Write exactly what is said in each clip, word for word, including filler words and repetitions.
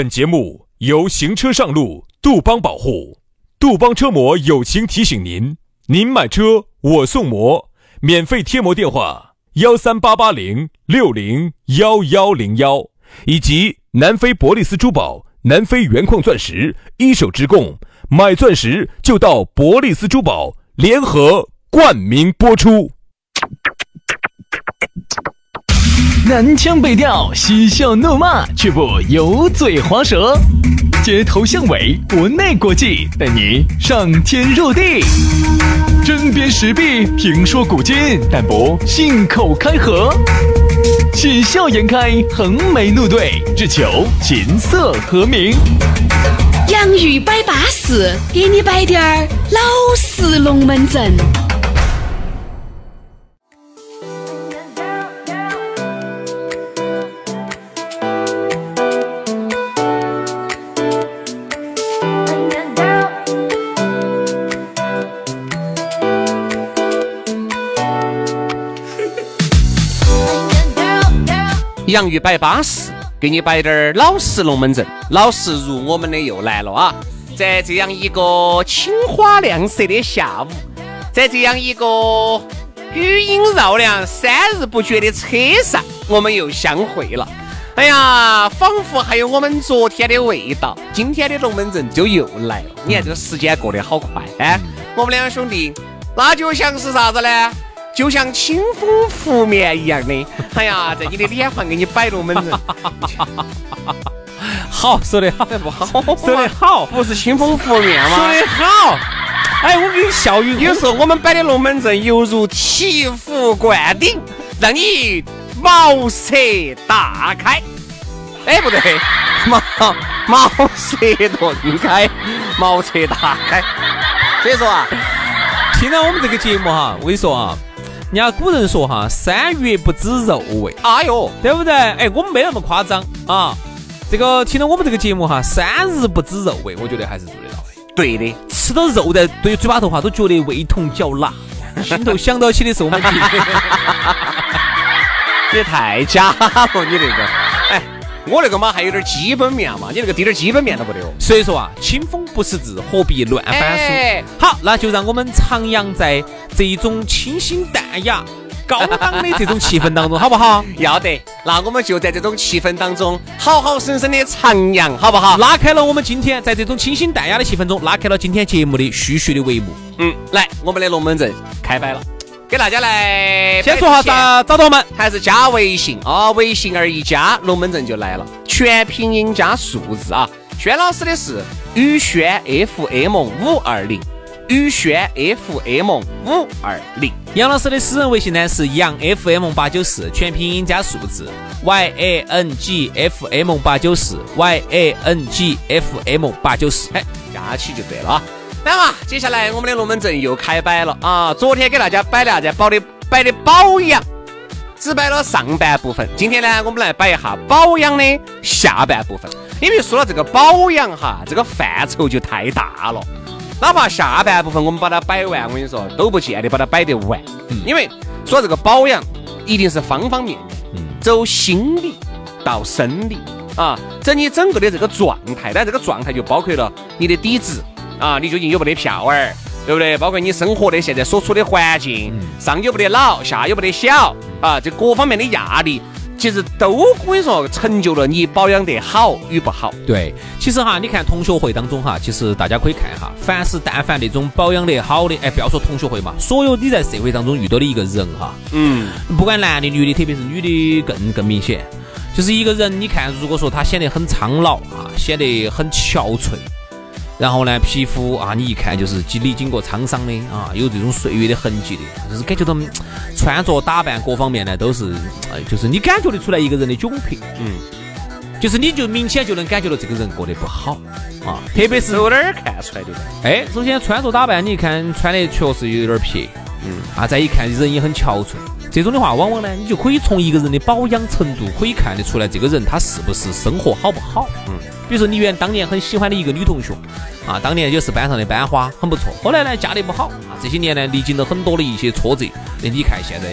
本节目由行车上路杜邦保护，杜邦车模友情提醒您：您买车我送模，免费贴膜电话幺三八八零六零幺幺零幺，以及南非伯利斯珠宝、南非原矿钻石一手直供，买钻石就到伯利斯珠宝，联合冠名播出。 南腔北调，嬉笑怒骂，却不油嘴滑舌，街头巷尾，国内国际，带你上天入地，针砭时弊，评说古今，但不信口开河，喜笑颜开，横眉怒对，只求琴瑟和鸣。 洋芋摆巴士，给你摆点儿老式龙门阵。 洋芋摆巴士，给你摆点老式龙门阵。老式如我们的又来了啊！在这样一个青花亮色的下午，在这样一个余音绕梁、三日不绝的车上，我们又相会了。哎呀，仿佛还有我们昨天的味道。今天的龙门阵就又来了。你看这个时间过得好快哎！我们两兄弟，那就像是啥子呢？就像清风拂面一样的，哎呀，在你的脸上给你摆龙门阵。 好，说得好， 不好， 说得好， 不是清风拂面吗？ 说得好。哎，我给你笑语， 有时候我们摆的龙门阵犹如醍醐灌顶，让你茅塞大开。哎，不对，茅茅塞顿开，茅塞大开。所以说啊， 听到我们这个节目哈，我跟你说啊。人家古人说哈，三月不知肉味， 哎呦， 对不对？哎，我们没那么夸张啊。这个听到我们这个节目哈，三日不知肉味，我觉得还是做得到的。 对的， 吃到肉在对嘴巴头哈，都觉得味同嚼蜡，心头想到起的是我们。 也太假了，你那个，哎。我那个嘛还有点基本面嘛，你那个滴点基本面都不得哦。 所以说啊，清风不识字，何必乱翻书？哎、好，那就让我们徜徉在这一种清新淡雅、高档的这种气氛当中，好不好？ 要得，那我们就在这种气氛当中，好好生生的徜徉，好不好？ 拉开了我们今天在这种清新淡雅的气氛中，拉开了今天节目的徐徐的帷幕。 嗯，来，我们的龙门阵开摆了。给大家来先说下咋找到我们， 还是加微信啊、哦？微信而一加，龙门阵就来了，全拼音加数字啊。轩老师的是宇轩 F M 五二零，宇轩 F M 五二零。 杨老师的私人微信呢是杨 F M 八九四，全拼音加数字 Y A N G F M 八九四 Y A N G F M 八九四， 哎，加起就对了啊。那么接下来我们的龙门阵又开摆了啊！昨天给大家摆了在摆的摆的保养，只摆了上半部分。今天呢，我们来摆一下保养的下半部分。因为说了这个保养哈，这个范畴就太大了。哪怕下半部分我们把它摆完，我跟你说都不见得把它摆得完。嗯、因为说这个保养一定是方方面面，嗯、走心理到生理啊，整你整个的这个状态，但这个状态就包括了你的底子。啊，你究竟有没得票儿，对不对？包括你生活的现在所处的环境，嗯、上有没得老，下有没得小啊，这各方面的压力，其实都我跟你说，成就了你保养得好与不好。 对，其实哈，你看同学会当中哈，其实大家可以看哈，凡是但凡那种保养得好的，哎，不要说同学会嘛，所有你在社会当中遇到的一个人哈，嗯，不管男的女的，特别是女的更更明显，就是一个人，你看，如果说他显得很苍老啊，显得很憔悴。然后呢，皮肤啊，你一看就是经历经过沧桑的啊，有这种岁月的痕迹的，就是感觉到穿着打扮各方面呢都是，哎，就是你感觉得出来一个人的窘迫，嗯，就是你就明显就能感觉到这个人过得不好啊，特别是有点看出来的。 哎，首先穿着打扮，你一看穿的确实有点撇，嗯啊，再一看人也很憔悴，这种的话，往往呢，你就可以从一个人的保养程度可以看得出来，这个人他是不是生活好不好，嗯。比如说你原当年很喜欢的一个女同学啊，当年就是班上的班花，很不错。后来呢，嫁得不好啊，这些年呢，历经了很多的一些挫折。你看现在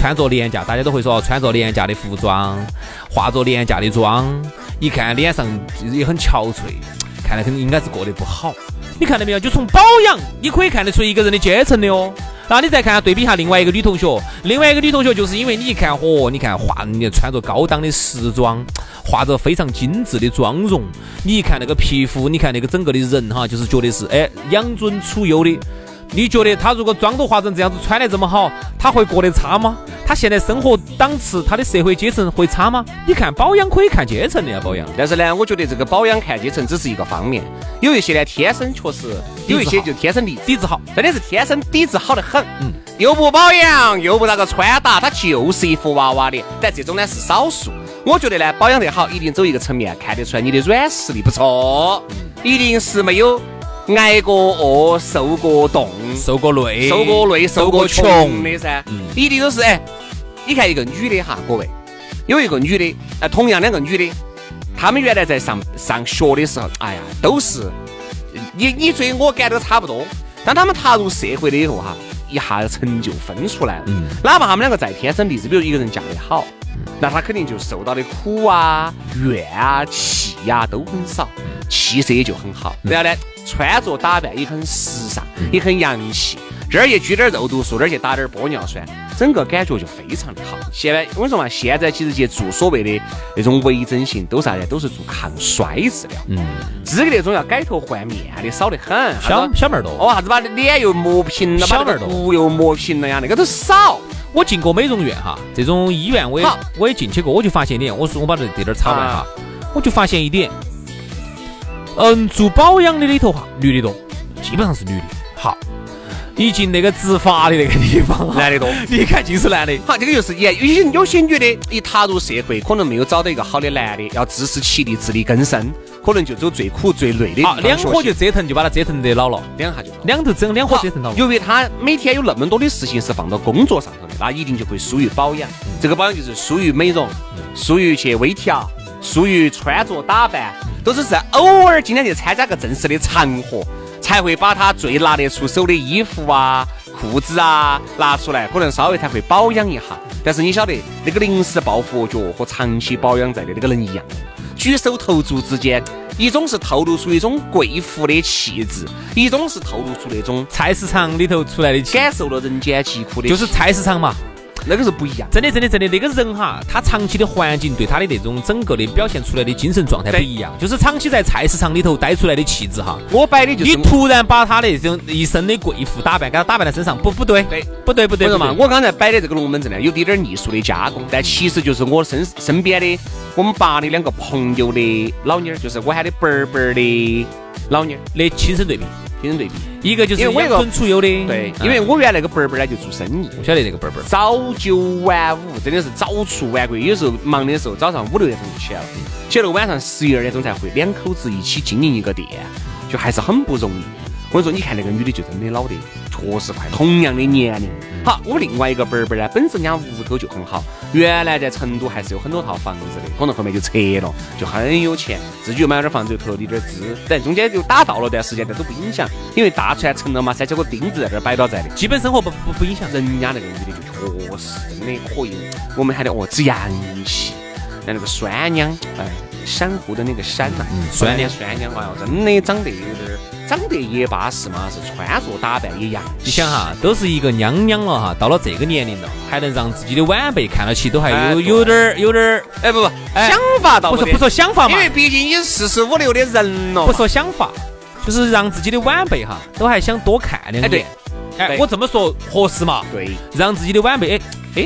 穿着廉价，大家都会说穿着廉价的服装，化着廉价的妆，一看脸上也很憔悴，看来肯定应该是过得不好。你看到没有？就从保养，你可以看得出一个人的阶层的哦。然后你再看对比一下另外一个女同学，另外一个女同学就是因为你一看，嚯、哦，你看化，你穿着高档的时装，化着非常精致的妆容，你一看那个皮肤，你看那个整个的人哈，就是觉得是哎养尊处优的。你觉得他如果妆都化成这样子，穿得这么好，他会过得差吗？他现在生活档次，他的社会阶层会差吗？你看保养可以看阶层的呀，保养。 但是呢，我觉得这个保养看阶层只是一个方面，有一些呢天生确实，有一些就天生底底子好， 真的是天生底子好得很。嗯，又不保养，又不那个穿搭，他就是一副娃娃脸。但这种呢是少数。我觉得呢，保养得好，一定走一个层面，看得出来你的软实力不错，嗯、一定是没有挨过饿、受过冻、 受过累、 受过累、受过穷的噻，嗯、一定都是哎。你看一个女的哈，各位，有一个女的，呃，同样两个女的，她们原来在上上学的时候，哎呀，都是你你追我赶都差不多。当她们踏入社会了以后哈，一下成就分出来了。嗯，哪怕她们两个再天生丽质，比如一个人嫁得好，那她肯定就受到的苦啊、怨啊、气啊都很少，气色也就很好。然后呢，穿着打扮也很时尚，也很洋气。这儿也举点肉毒素，这儿去打点玻尿酸，整个感觉就非常的好。现在我跟你说嘛，现在其实去做所谓的那种微整形，都是啥子？都是做抗衰治疗。嗯，这个那种要改头换面的少得很。 小小妹儿多。 哦，啥子把脸又磨平了，把骨又磨平了呀，那个都少。 我进过美容院哈，这种医院我也我也进去过，我就发现一点，我说我把这这点插完哈，我就发现一点，嗯，做保养的里头哈，女的多，基本上是女的。好。一进那个植发的那个地方， 男的多， 你一看尽是男的。 好，这个就是也有些有些女的一踏入社会，可能没有找到一个好的男的，要自食其力、自力更生，可能就走最苦最累的。 啊，两伙就折腾，就把他折腾得老了， 两下就两头整两伙折腾到了。 由于他每天有那么多的事情是放到工作上头的，那一定就会疏于保养。嗯、这个保养就是疏于美容，疏于去微调，疏于穿着打扮，都是在偶尔今天去参加个正式的场合。才会把他最拿得出手的衣服啊、裤子啊拿出来，可能稍微才会保养一下。但是你晓得，那个临时抱佛脚和长期保养在的那个人一样，举手投足之间，一种是透露出一种贵妇的气质，一种是透露出那种菜市场里头出来的气质， 感受了人间疾苦的， 就是菜市场嘛。 那个是不一样， 真的真的真的，那个人哈，他长期的环境对他的那种整个的表现出来的精神状态不一样，就是长期在菜市场里头待出来的气质哈。 我摆的就是你突然把他的这种一身的贵妇打扮给他打扮在身上，不不对， 对不对不对不对嘛。 我刚才摆的这个龙门阵呢，有点点艺术的加工，但其实就是我身身边的我们爸的两个朋友的老妞儿，就是我喊的伯儿伯儿的老妞儿的亲身对比。 亲身对比， 一个就是养尊处优的， 对，因为我原来那个伯儿伯儿呢就做生意， 我晓得那个伯儿伯儿早九晚五，真的是早出晚归，有时候忙的时候早上五六点钟就起来了，起了晚上十一二点钟才回，两口子一起经营一个店，就还是很不容易。我跟你说，你看那个女的就真的老得确实快，同样的年龄。好，我另外一个伯儿伯儿呢，本身人家屋头就很好，原来在成都还是有很多套房子的，可能后面就拆了，就很有钱，自己又买了点房子，又投了一点资，但中间就打到了段时间，但都不影响，因为大船成了嘛，三千个钉子在这儿摆到在的， 基本生活不不不影响。 人家那个女的就确实真的可以，我们喊的哦，只洋气，像那个酸娘，哎，珊瑚的那个珊呐、啊，嗯，酸娘酸娘，哎呦，真的长得有点。长得也巴适嘛，是穿着打扮也洋气。 你想哈，都是一个娘娘了哈，到了这个年龄了，还能让自己的晚辈看得起，都还有、哎、有点有点哎不不、 哎、 想法倒不说不说想法嘛， 因为毕竟你四十五六的人了。 不说想法，就是让自己的晚辈哈，都还想多看两眼。哎对，哎我这么说合适嘛？ 对， 让自己的晚辈哎哎。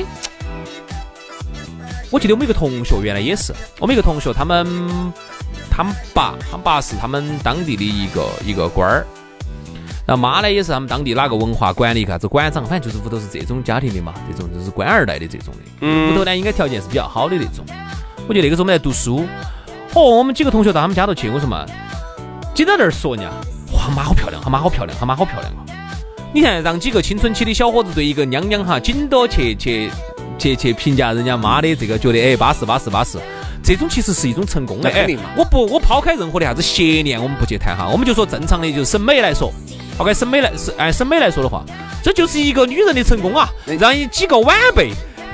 我记得我们一个同学原来也是，我们一个同学他们。他们爸，他们爸是他们当地的一个一个官儿，然后妈呢也是他们当地哪个文化馆的一个啥子馆长，反正就是屋头是这种家庭的嘛，这种就是官二代的这种的，嗯，屋头呢应该条件是比较好的那种。我记得那个时候我们在读书，哦，我们几个同学到他们家头去，我说嘛，经常在那儿说人家，哇，他妈好漂亮，他妈好漂亮，他妈好漂亮啊！你看让几个青春期的小伙子对一个娘娘哈，紧多去去去去评价人家妈的这个，觉得哎巴适巴适巴适。这种其实是一种成功的，哎，我不，我抛开任何的啥子邪念，我们不去谈哈，我们就说正常的，就是审美来说，抛开审美来，按审美来说的话，这就是一个女人的成功啊，让几个晚辈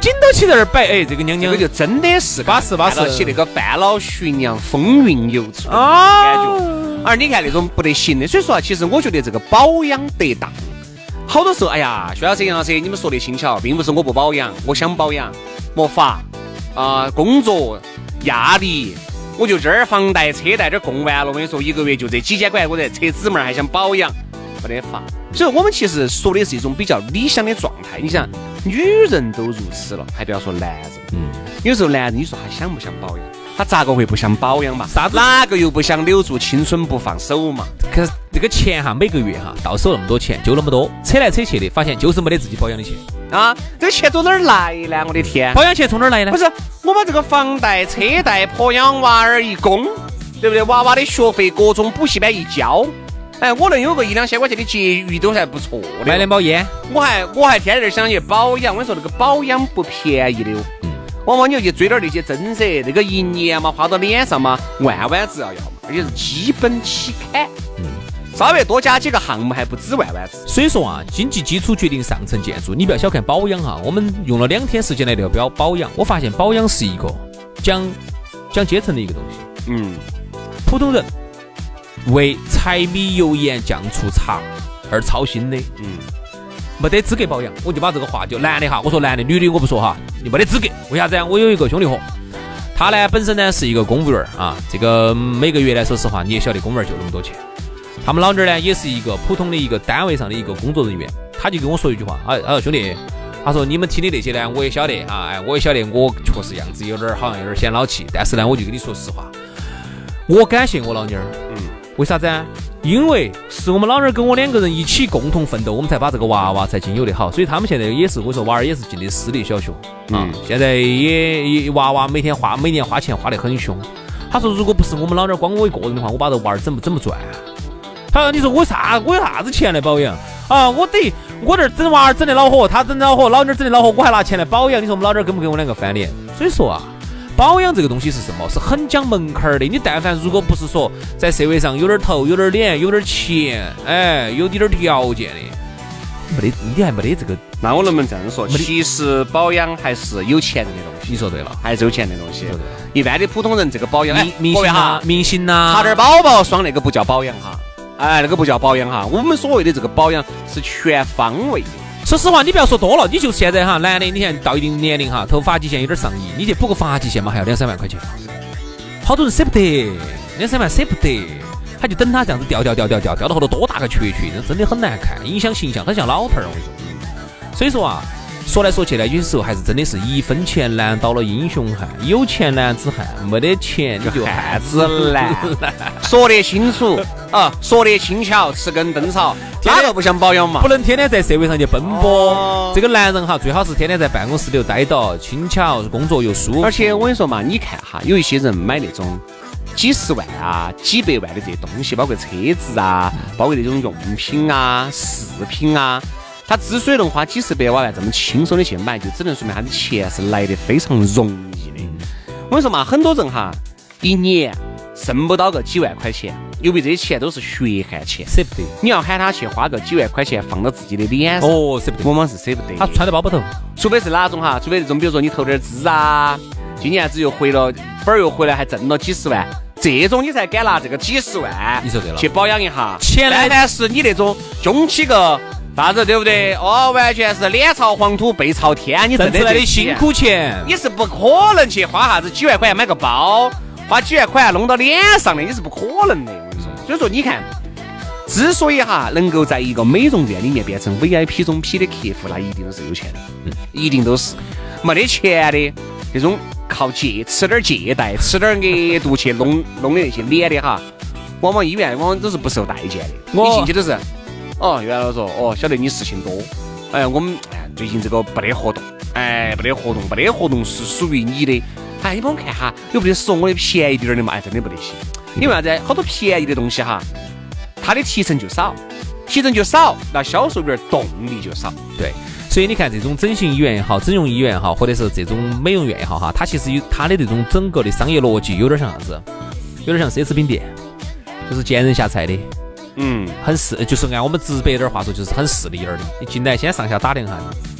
紧都起在那儿摆，哎，这个娘娘这个就真的是巴适巴适， 起那个半老徐娘风韵犹存的感觉。而你看那种不得行的，所以说啊，其实我觉得这个保养得当。好多时候，哎呀，薛老师、杨老师，你们说的轻巧，并不是我不保养，我想保养，没法啊、呃，工作压力，我就这儿房贷、车贷这供完了，我跟你说，一个月就这几千块，我在车子门还想保养，没得法。所以我们其实说的是一种比较理想的状态。你想，女人都如此了，还不要说男人，嗯，有时候男人你说他想不想保养？他咋个会不想保养嘛？ 啥子？ 哪个又不想留住青春不放手嘛？ 可是这个钱哈，每个月哈到手那么多钱，就那么多，扯来扯去的，发现就是没得自己保养的钱啊！这个钱从哪儿来呢？我的天！ 保养钱从哪儿来呢？ 不是，我把这个房贷、车贷、婆养娃儿一供，对不对？娃娃的学费、各种补习班一交，哎，我能有个一两千块钱的结余都还不错的。 买两包烟， 我还我还天天想去保养。我跟你说，那个保养不便宜的哦。嗯。往往你要去追点那些增色，那个一年嘛花到脸上嘛，万万只要要嘛，而且是基本起砍。嗯，稍微多加几个项目还不止万万只。 所以说啊，经济基础决定上层建筑，你不要小看保养哈。我们用了两天时间来聊表保养，我发现保养是一个讲讲阶层的一个东西。嗯，普通人为柴米油盐酱醋茶而操心的，嗯。没得资格保养，我就把这个话就男的哈，我说男的女的我不说哈，你没得资格。为啥子啊？我有一个兄弟伙，他呢本身呢是一个公务员啊，这个每个月来说实话你也晓得公务员就那么多钱。他们老娘呢也是一个普通的一个单位上的一个工作人员，他就跟我说一句话，啊啊兄弟，他说你们听的那些呢我也晓得啊，哎我也晓得我确实样子有点好像有点显老气，但是呢我就跟你说实话，我感谢我老娘儿，嗯，为啥子啊？因为是我们老人跟我两个人一起共同奋斗，我们才把这个娃娃才经有的好，所以他们现在也是，我说娃儿也是进的私立小学啊，嗯、现在也也娃娃每天花每年花钱花得很凶。他说如果不是我们老人光我一个人的话，我把这娃儿整不整不赚啊。他说你说我啥我有啥子钱来保养啊？我得我这整娃儿整的恼火，他整恼火，老娘整的恼火，我还拿钱来保养，你说我们老人跟不跟我两个翻脸？所以说啊。保养这个东西是什么？是很讲门槛的。你但凡如果不是说在社会上有点头、有点脸、有点钱，哎，有点条件的，没得，你还没得这个。 那我能不能这样说？其实保养还是有钱人的东西。 你说对了， 还是有钱的东西。一般的普通人这个保养， 明明星啊，明星呐， 擦点宝宝霜那个不叫保养哈，哎，那个不叫保养哈。我们所谓的这个保养是全方位的。 说实话，你不要说多了，你就现在哈，男的，你看到一定年龄哈，头发际线有点上移，你去补个发际线嘛，还要两三万块钱，好多人舍不得，两三万舍不得，他就等他这样子掉掉掉掉掉掉到后头多大个缺缺，真的很难看，影响形象，很像老头儿。我跟你说，所以说啊，说来说去呢，有些时候还是真的是一分钱难倒了英雄汉，有钱男子汉，没得钱你就汉子难。 说得清楚啊，说得轻巧，吃根灯草。哪个不想保养嘛？ 不能天天在社会上去奔波。哦、这个男人哈，最好是天天在办公室里待到，轻巧，工作又舒服。 而且我跟你说嘛，你看哈，有一些人买那种几十万啊、几百万的这些东西，包括车子啊，包括那种用品啊、饰品啊，他之所以能花几十百万这么轻松的去买，就只能说明他的钱是来得非常容易的。嗯、我跟你说嘛，很多人哈，一年剩不到个几万块钱。因为这些钱都是血汗钱， 舍不得。 你要喊他去花个几万块钱放到自己的脸上， 哦，舍不得， 往往是舍不得。 他穿在包包头， 除非是哪种哈，除非这种，比如说你投点资啊，今年子又回了本儿又回来，还挣了几十万，这种你才敢拿这个几十万， 你说对了， 去保养一下。 钱来， 但是你那种凶起个啥子，对不对？哦，完全是脸朝黄土背朝天，你挣出来的辛苦钱， 你是不可能去花啥子几万块钱买个包，花几万块钱弄到脸上的，你是不可能的。所以说，你看，之所以哈能够在一个美容院里面变成 V I P 中 P 的客户，那一定都是有钱的，嗯，一定都是没得钱的这种靠借吃点借贷、吃点额度去弄弄的那些脸的哈，往往医院往往都是不受待见的。你进去都是，哦，原来说哦，晓得你事情多，哎，我们哎最近这个不得活动，哎，不得活动，不得活动是属于你的，哎，你帮我看哈，有不得送我的便宜点的嘛？哎，真的不得行。因为啥子？好多便宜的东西哈，它的提成就少，提成就少，那销售员动力就少。 对，所以你看这种整形医院也好，整容医院也好，或者是这种美容院也好哈，它其实有它的这种整个的商业逻辑有点像啥子？有点像奢侈品店，就是见人下菜的。嗯，很势，就是按我们直白点话说，就是很势利眼的。你进来先上下打量下你，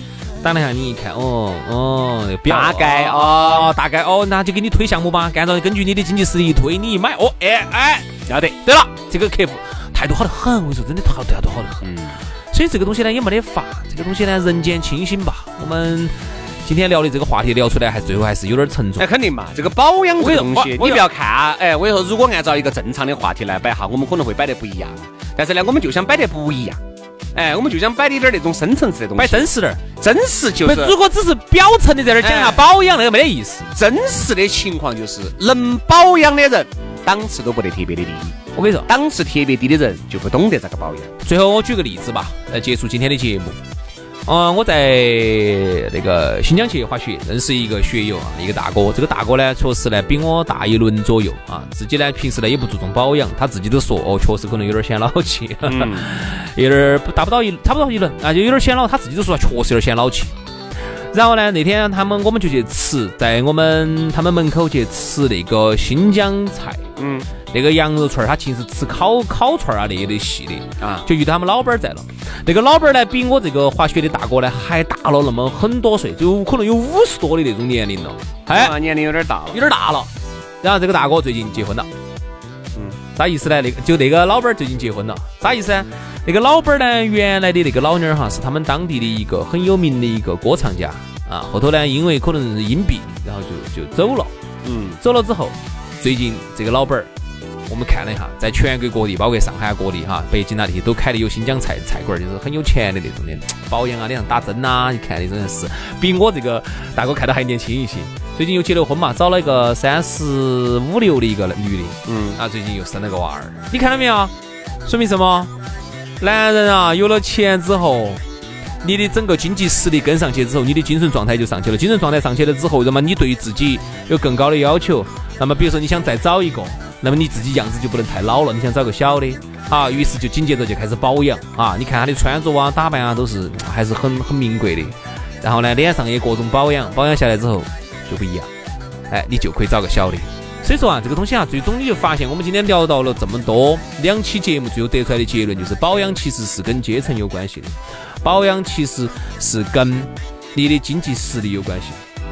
打了一下你一看，哦哦， 大概哦，大概哦，那就给你推项目吧，按照根据你的经济实力一推，你一买，哦，哎哎， 要得。 对了，这个客户态度好得很，我跟你说，真的态度态度好得很。嗯，所以这个东西呢也没得法，这个东西呢人间清醒吧。我们今天聊的这个话题聊出来，还最后还是有点沉重。 哎，肯定嘛，这个保养这个东西，你不要看，哎，我跟你说，如果按照一个正常的话题来摆哈，我们可能会摆得不一样。但是呢，我们就想摆得不一样，哎，我们就想摆一点那种深层次的东西， 摆真实点。 真实就是， 如果只是表层的在那儿讲下保养，那个没得意思。 真实的情况就是，能保养的人档次都不得特别的低。 我跟你说， 档次特别低的人就不懂得这个保养。 最后我举个例子吧，来结束今天的节目。嗯，我在那个新疆去滑雪，认识一个雪友啊，一个大哥。这个大哥呢，确实呢比我大一轮左右啊，自己呢平时呢也不注重保养，他自己都说哦，确实可能有点显老气，嗯、有点达不到一差不多一轮啊，就有点显老，他自己都说确实有点显老气。然后呢，那天他们我们就去吃，在我们他们门口去吃那个新疆菜，嗯，那个羊肉串儿，他其实吃烤烤串儿啊那一类系的啊，就遇到他们老板在了。那个老板呢，比我这个滑雪的大哥呢还大了那么很多岁，就可能有五十多的那种年龄了， 哎，啊、年龄有点大了， 有点大了。然后这个大哥最近结婚了，嗯，啥意思呢？那个就那个老板最近结婚了，啥意思呢？那个老板呢，原来的那个老妞儿哈，是他们当地的一个很有名的一个歌唱家啊。后头呢，因为可能是因病，然后就就走了。嗯，走了之后，最近这个老板儿，我们看了一下，在全国各地，包括上海各地哈，北京那里都开的有新疆菜菜馆，就是很有钱的那种的，保养啊，脸上打针啊，你看那种是比我这个大哥看到还年轻一些。最近又结了婚嘛，找了一个三十五六的一个女的，嗯，啊，最近又生了个娃儿。你看到没有？说明什么？男人啊，有了钱之后，你的整个经济实力跟上去之后，你的精神状态就上去了。精神状态上去了之后，那么你对于自己有更高的要求。那么比如说你想再找一个，那么你自己样子就不能太老了，你想找个小的啊，于是就紧接着就开始保养啊。你看他的穿着啊、打扮啊，都是还是很很名贵的。然后呢，脸上也各种保养，保养下来之后就不一样。哎，你就可以找个小的。所以说啊，这个东西啊，最终你就发现，我们今天聊到了这么多两期节目，最后得出来的结论就是，保养其实是跟阶层有关系的，保养其实是跟你的经济实力有关系。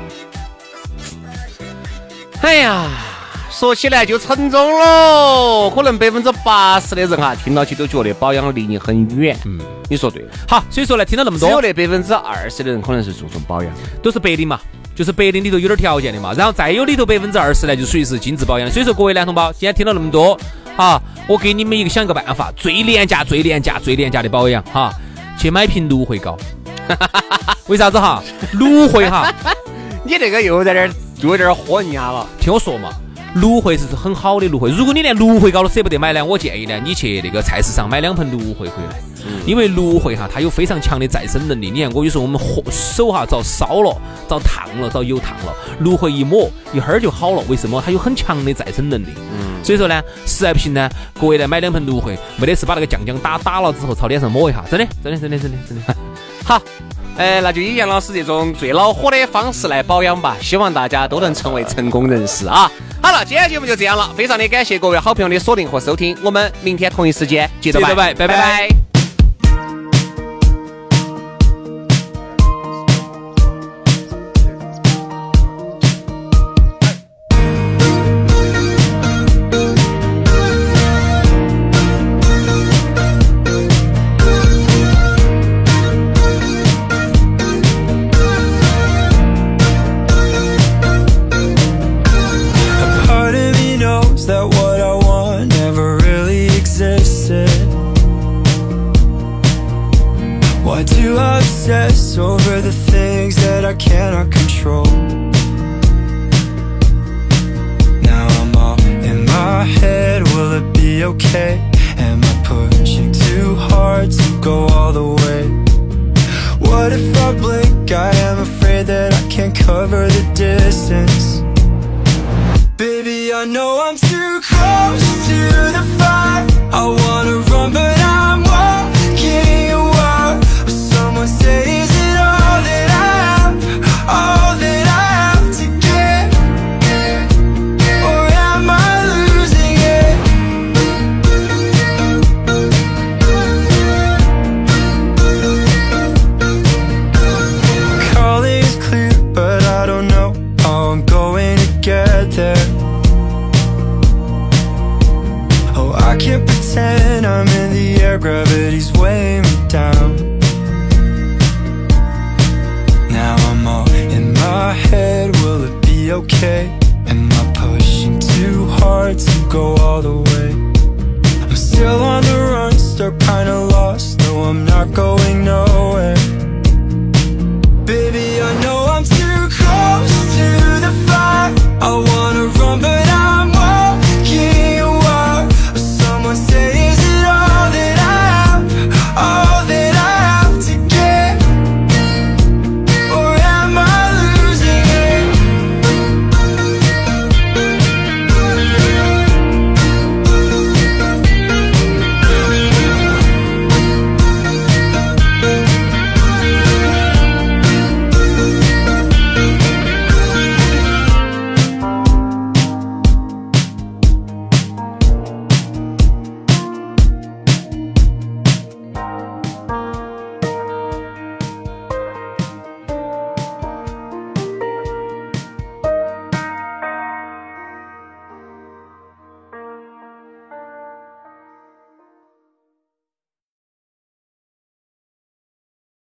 哎呀，说起来就沉重了，可能百分之八十的人哈，听到起都觉得保养离你很远。嗯，你说对了。 好，所以说呢，听到那么多， 只有那百分之二十的人可能是注重保养， 都是白领嘛。就是白领里头有点条件的嘛，然后再有里头百分之二十呢，就属于是精致保养的。所以说各位男同胞，今天听了那么多啊，我给你们一个想一个办法，最廉价、最廉价、最廉价的保养哈，去买瓶芦荟膏。为啥子哈？芦荟哈， 你这个又在这儿又有点豁人家了。 听我说嘛，芦荟是很好的芦荟，如果你连芦荟膏都舍不得买呢，我建议呢，你去那个菜市场买两盆芦荟回来。因为芦荟哈，它有非常强的再生能力。你看，我有时候我们手哈遭烧了、遭烫了、遭油烫了，芦荟一抹，一会儿就好了。为什么？它有很强的再生能力。嗯，所以说呢，实在不行呢，各位来买两盆芦荟，没得事把那个酱酱打打了之后，朝脸上抹一下，真的，真的，真的，真的，真的。 好，哎，那就以杨老师这种最恼火的方式来保养吧。希望大家都能成为成功人士啊！好了，今天节目就这样了，非常的感谢各位好朋友的锁定和收听，我们明天同一时间接着拜， 拜拜拜。 Over the things that I cannot control. Now I'm all in my head, will it be okay? Am I pushing too hard to go all the way? What if I blink? I am afraid that I can't cover the distance. Baby, I know I'm too close to the fire. I wanna run but I'm walking a while. Someone say, is it all that I have, all that I have to give, or am I losing it? can't pretend I'm in the air, gravity's weighing me down. Now I'm all in my head, will it be okay? Am I pushing too hard to go all the way? I'm still on the run, still kinda lost, no I'm not going nowhere.